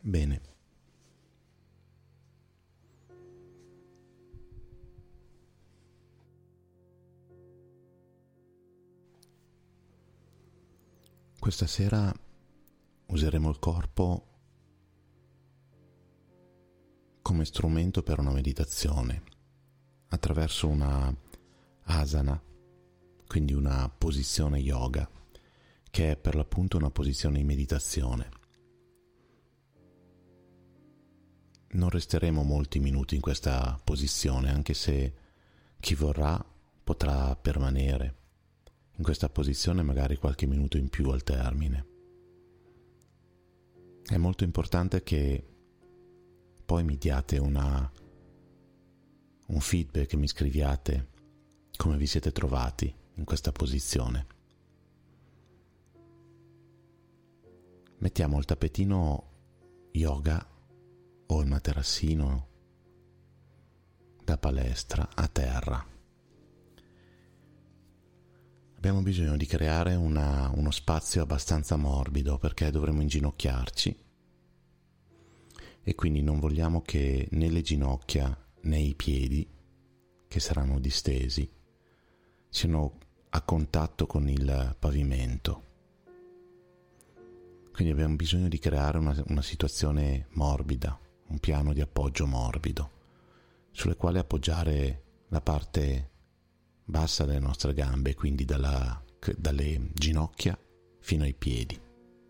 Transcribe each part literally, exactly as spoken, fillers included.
Bene. Questa sera useremo il corpo come strumento per una meditazione attraverso una asana, quindi una posizione yoga, che è per l'appunto una posizione di meditazione. Non resteremo molti minuti in questa posizione, anche se chi vorrà potrà permanere in questa posizione magari qualche minuto in più al termine. È molto importante che poi mi diate una, un feedback, mi scriviate come vi siete trovati in questa posizione. Mettiamo il tappetino yoga o il materassino da palestra a terra. Abbiamo bisogno di creare una, uno spazio abbastanza morbido perché dovremo inginocchiarci e quindi non vogliamo che né le ginocchia né i piedi, che saranno distesi, siano a contatto con il pavimento. Quindi abbiamo bisogno di creare una, una situazione morbida, un piano di appoggio morbido, sulle quali appoggiare la parte bassa delle nostre gambe, quindi dalla, dalle ginocchia fino ai piedi.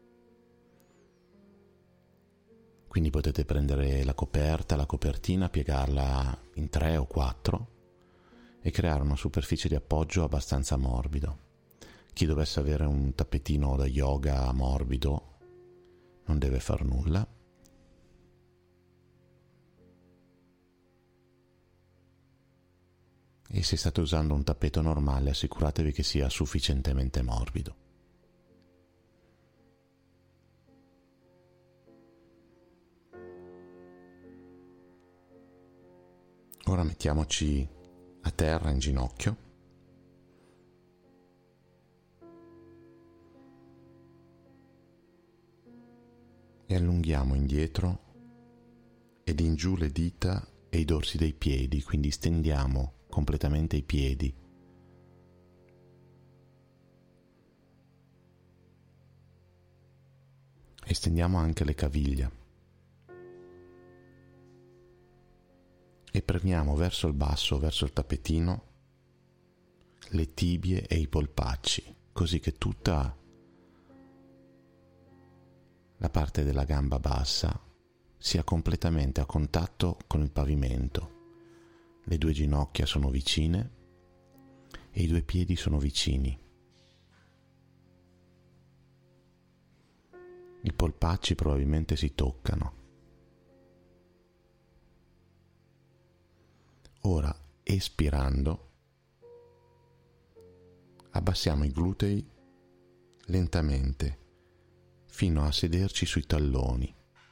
Quindi potete prendere la coperta, la copertina, piegarla in tre o quattro e creare una superficie di appoggio abbastanza morbido. Chi dovesse avere un tappetino da yoga morbido non deve far nulla. E se state usando un tappeto normale, assicuratevi che sia sufficientemente morbido. Ora mettiamoci a terra in ginocchio. E allunghiamo indietro ed in giù le dita e i dorsi dei piedi, quindi stendiamo completamente i piedi. E stendiamo anche le caviglie. E premiamo verso il basso, verso il tappetino, le tibie e i polpacci, così che tutta la parte della gamba bassa sia completamente a contatto con il pavimento. Le due ginocchia sono vicine e i due piedi sono vicini. I polpacci probabilmente si toccano. Ora, espirando, abbassiamo i glutei lentamente fino a sederci sui talloni.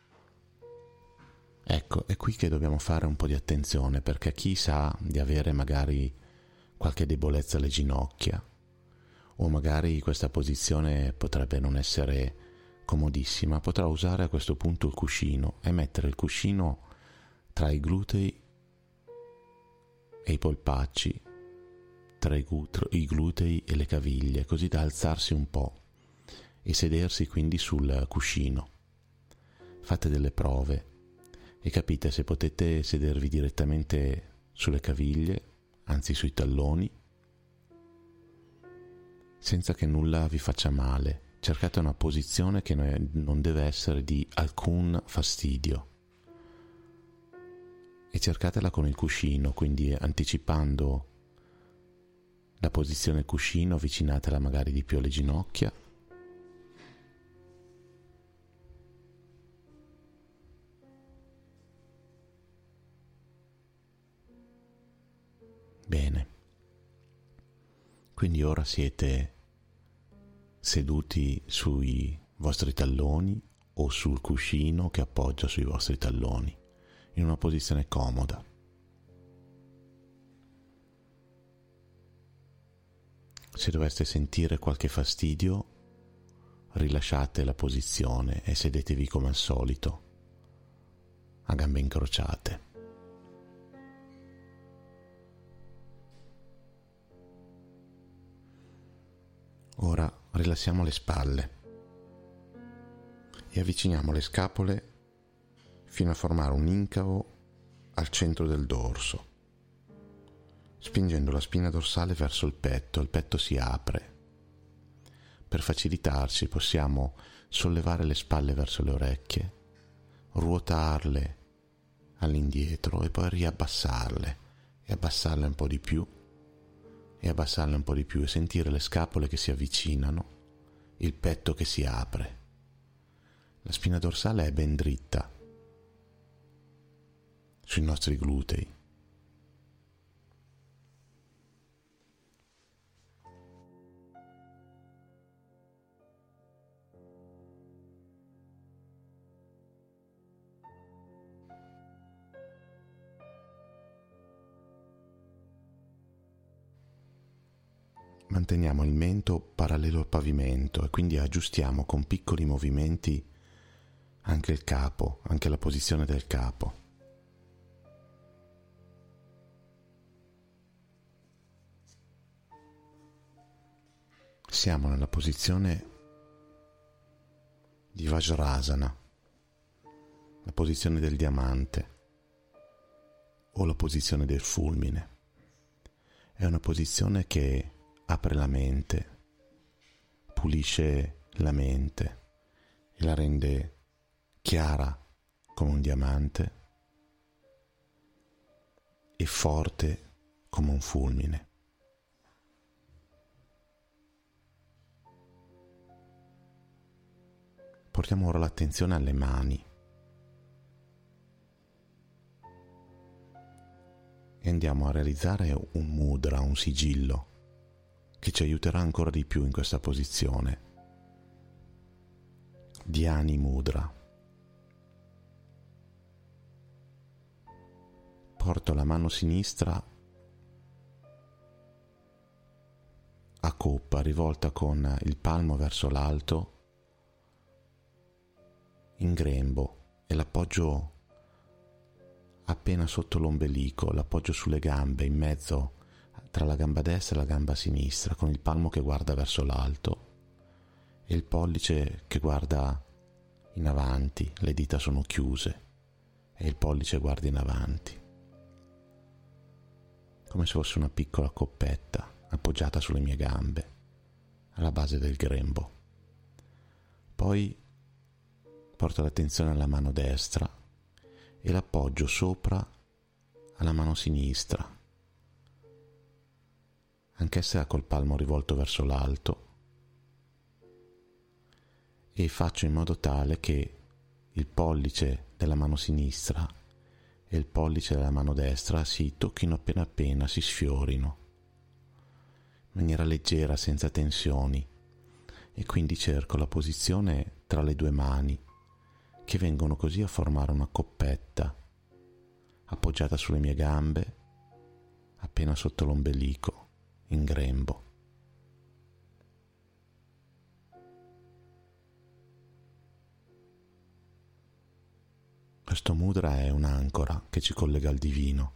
Ecco, è qui che dobbiamo fare un po' di attenzione, perché chi sa di avere magari qualche debolezza alle ginocchia, o magari questa posizione potrebbe non essere comodissima, potrà usare a questo punto il cuscino e mettere il cuscino tra i glutei e i polpacci, tra i, gut- i glutei e le caviglie, così da alzarsi un po' e sedersi quindi sul cuscino. Fate delle prove e capite se potete sedervi direttamente sulle caviglie, anzi sui talloni, senza che nulla vi faccia male. Cercate una posizione che non deve essere di alcun fastidio e cercatela con il cuscino, quindi anticipando la posizione cuscino, avvicinatela magari di più alle ginocchia. Bene, quindi ora siete seduti sui vostri talloni o sul cuscino che appoggia sui vostri talloni, in una posizione comoda. Se doveste sentire qualche fastidio, rilasciate la posizione e sedetevi come al solito, a gambe incrociate. Ora rilassiamo le spalle e avviciniamo le scapole fino a formare un incavo al centro del dorso, spingendo la spina dorsale verso il petto. Il petto si apre. Per facilitarci possiamo sollevare le spalle verso le orecchie, ruotarle all'indietro e poi riabbassarle e abbassarle un po' di più e abbassarle un po' di più e sentire le scapole che si avvicinano, il petto che si apre. La spina dorsale è ben dritta sui nostri glutei. Manteniamo il mento parallelo al pavimento e quindi aggiustiamo con piccoli movimenti anche il capo, anche la posizione del capo. Siamo nella posizione di Vajrasana, la posizione del diamante o la posizione del fulmine. È una posizione che apre la mente, pulisce la mente e la rende chiara come un diamante e forte come un fulmine. Portiamo ora l'attenzione alle mani e andiamo a realizzare un mudra, un sigillo, che ci aiuterà ancora di più in questa posizione. Dhyani Mudra. Porto la mano sinistra a coppa, rivolta con il palmo verso l'alto, in grembo, e l'appoggio appena sotto l'ombelico, l'appoggio sulle gambe, in mezzo tra la gamba destra e la gamba sinistra, con il palmo che guarda verso l'alto e il pollice che guarda in avanti. Le dita sono chiuse e il pollice guarda in avanti, come se fosse una piccola coppetta appoggiata sulle mie gambe, alla base del grembo. Poi porto l'attenzione alla mano destra e l'appoggio sopra alla mano sinistra, anch'essa col palmo rivolto verso l'alto, e faccio in modo tale che il pollice della mano sinistra e il pollice della mano destra si tocchino appena appena, si sfiorino in maniera leggera, senza tensioni, e quindi cerco la posizione tra le due mani, che vengono così a formare una coppetta appoggiata sulle mie gambe, appena sotto l'ombelico, in grembo. Questo mudra è un'ancora che ci collega al divino.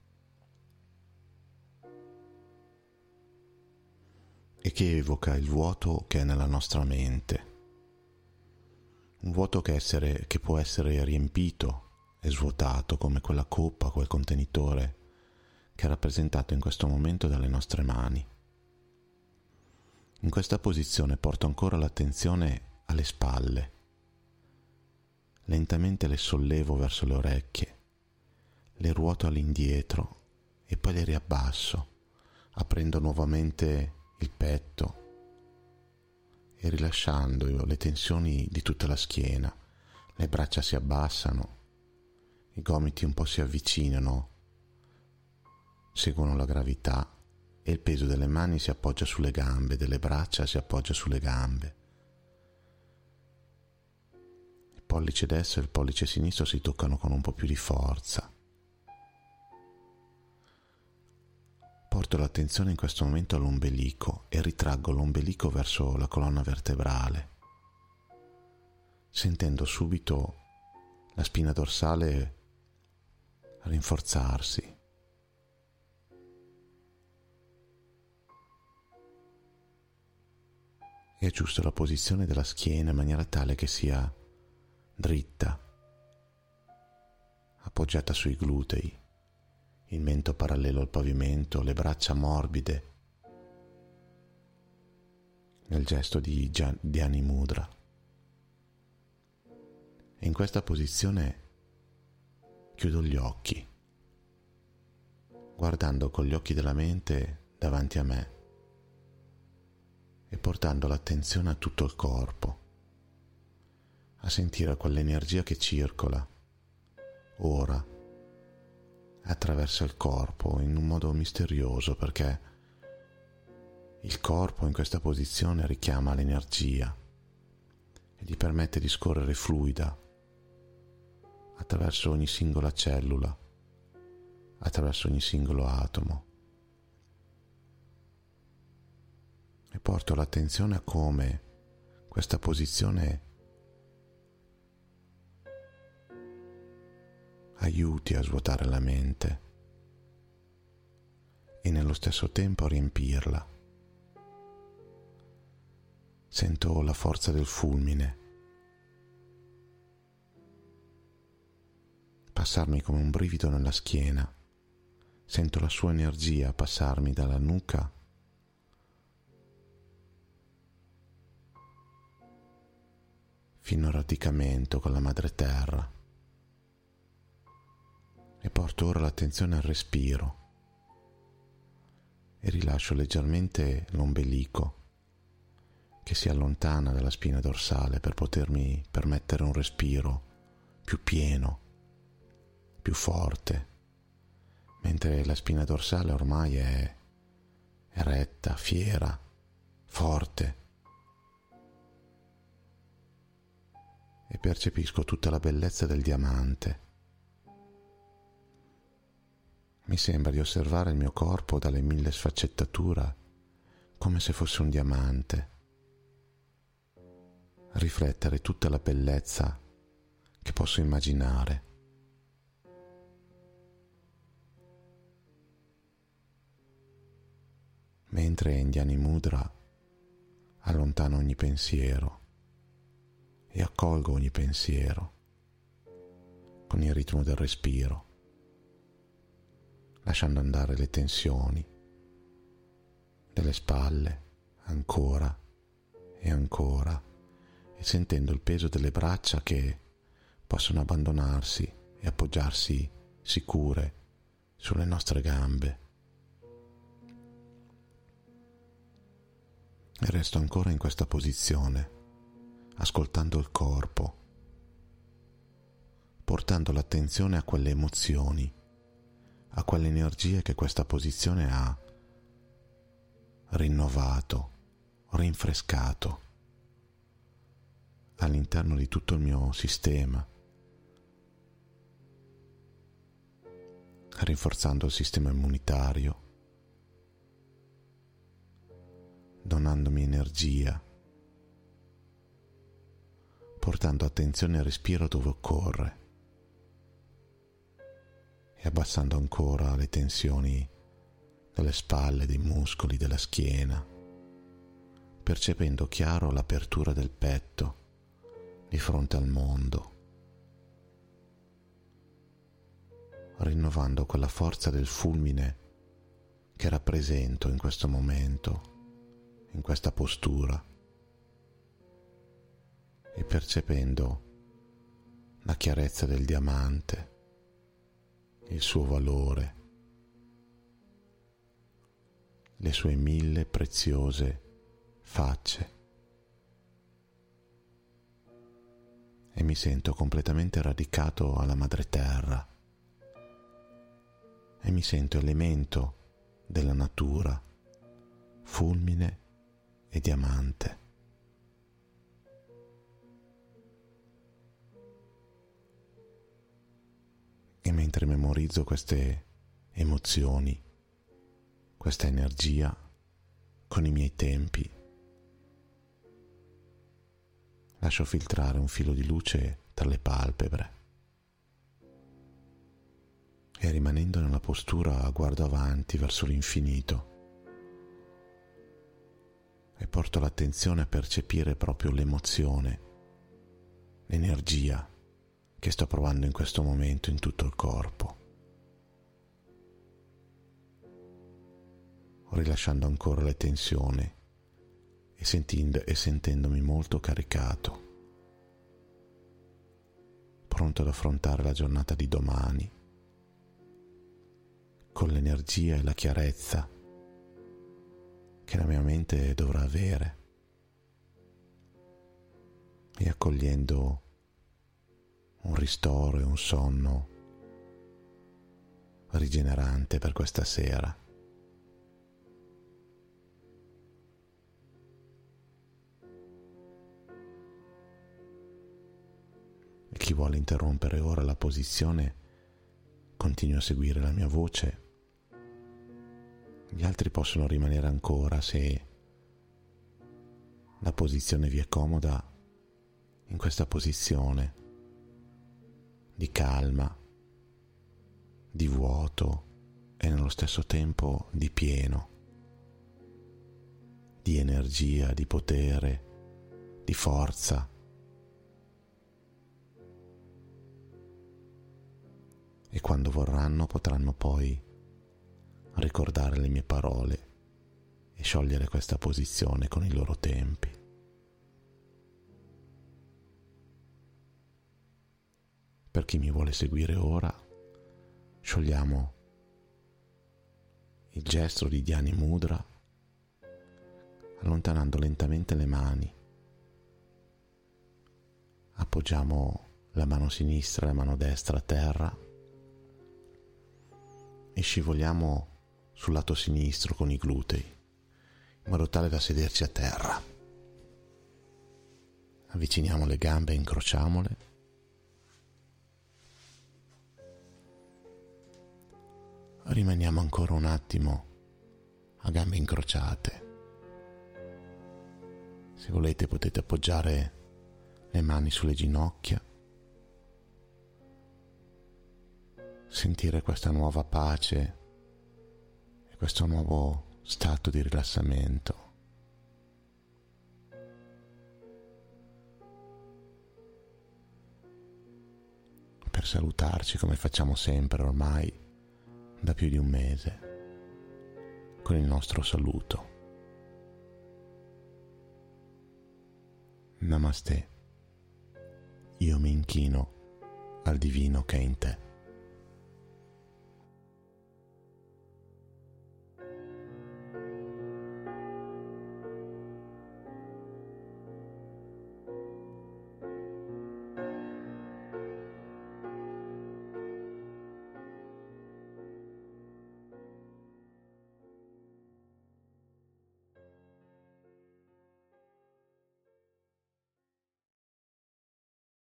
E che evoca il vuoto che è nella nostra mente. Un vuoto che, essere, che può essere riempito e svuotato, come quella coppa, quel contenitore che è rappresentato in questo momento dalle nostre mani. In questa posizione porto ancora l'attenzione alle spalle. Lentamente le sollevo verso le orecchie, le ruoto all'indietro e poi le riabbasso, aprendo nuovamente il petto e rilasciando le tensioni di tutta la schiena. Le braccia si abbassano, i gomiti un po' si avvicinano, seguono la gravità e il peso delle mani si appoggia sulle gambe, delle braccia si appoggia sulle gambe. Il pollice destro e il pollice sinistro si toccano con un po' più di forza. Porto l'attenzione in questo momento all'ombelico e ritraggo l'ombelico verso la colonna vertebrale, sentendo subito la spina dorsale rinforzarsi. E aggiusto la posizione della schiena in maniera tale che sia dritta, appoggiata sui glutei, il mento parallelo al pavimento, le braccia morbide, nel gesto di Dhyani Mudra. E in questa posizione chiudo gli occhi, guardando con gli occhi della mente davanti a me e portando l'attenzione a tutto il corpo, a sentire quell'energia che circola ora attraverso il corpo in un modo misterioso, perché il corpo in questa posizione richiama l'energia e gli permette di scorrere fluida attraverso ogni singola cellula, attraverso ogni singolo atomo. E porto l'attenzione a come questa posizione aiuti a svuotare la mente e nello stesso tempo a riempirla. Sento la forza del fulmine passarmi come un brivido nella schiena. Sento la sua energia passarmi dalla nuca fino al radicamento con la madre terra. E porto ora l'attenzione al respiro e rilascio leggermente l'ombelico che si allontana dalla spina dorsale per potermi permettere un respiro più pieno, più forte, mentre la spina dorsale ormai è eretta, fiera, forte, e percepisco tutta la bellezza del diamante. Mi sembra di osservare il mio corpo dalle mille sfaccettature come se fosse un diamante, riflettere tutta la bellezza che posso immaginare. Mentre in Dhyani Mudra allontano ogni pensiero e accolgo ogni pensiero con il ritmo del respiro, lasciando andare le tensioni delle spalle ancora e ancora, e sentendo il peso delle braccia che possono abbandonarsi e appoggiarsi sicure sulle nostre gambe. E resto ancora in questa posizione, ascoltando il corpo, portando l'attenzione a quelle emozioni, a quelle energie che questa posizione ha rinnovato, rinfrescato all'interno di tutto il mio sistema, rinforzando il sistema immunitario, donandomi energia, portando attenzione al respiro dove occorre e abbassando ancora le tensioni delle spalle, dei muscoli, della schiena, percependo chiaro l'apertura del petto di fronte al mondo, rinnovando quella forza del fulmine che rappresento in questo momento, in questa postura, e percependo la chiarezza del diamante, il suo valore, le sue mille preziose facce, e mi sento completamente radicato alla madre terra e mi sento elemento della natura, fulmine e diamante. E mentre memorizzo queste emozioni, questa energia con i miei tempi, lascio filtrare un filo di luce tra le palpebre e rimanendo nella postura guardo avanti verso l'infinito e porto l'attenzione a percepire proprio l'emozione, l'energia che sto provando in questo momento in tutto il corpo, rilasciando ancora le tensioni e, sentendo, e sentendomi molto caricato, pronto ad affrontare la giornata di domani con l'energia e la chiarezza che la mia mente dovrà avere, e accogliendo un ristoro e un sonno rigenerante per questa sera. E chi vuole interrompere ora la posizione continua a seguire la mia voce. Gli altri possono rimanere ancora, se la posizione vi è comoda, in questa posizione di calma, di vuoto e nello stesso tempo di pieno, di energia, di potere, di forza. E quando vorranno potranno poi ricordare le mie parole e sciogliere questa posizione con i loro tempi. Per chi mi vuole seguire ora, sciogliamo il gesto di Dhyani Mudra allontanando lentamente le mani. Appoggiamo la mano sinistra e la mano destra a terra e scivoliamo sul lato sinistro con i glutei, in modo tale da sederci a terra. Avviciniamo le gambe e incrociamole. Rimaniamo ancora un attimo a gambe incrociate. Se volete potete appoggiare le mani sulle ginocchia, sentire questa nuova pace e questo nuovo stato di rilassamento. Per salutarci come facciamo sempre ormai da più di un mese, con il nostro saluto. Namaste. Io mi inchino al divino che è in te.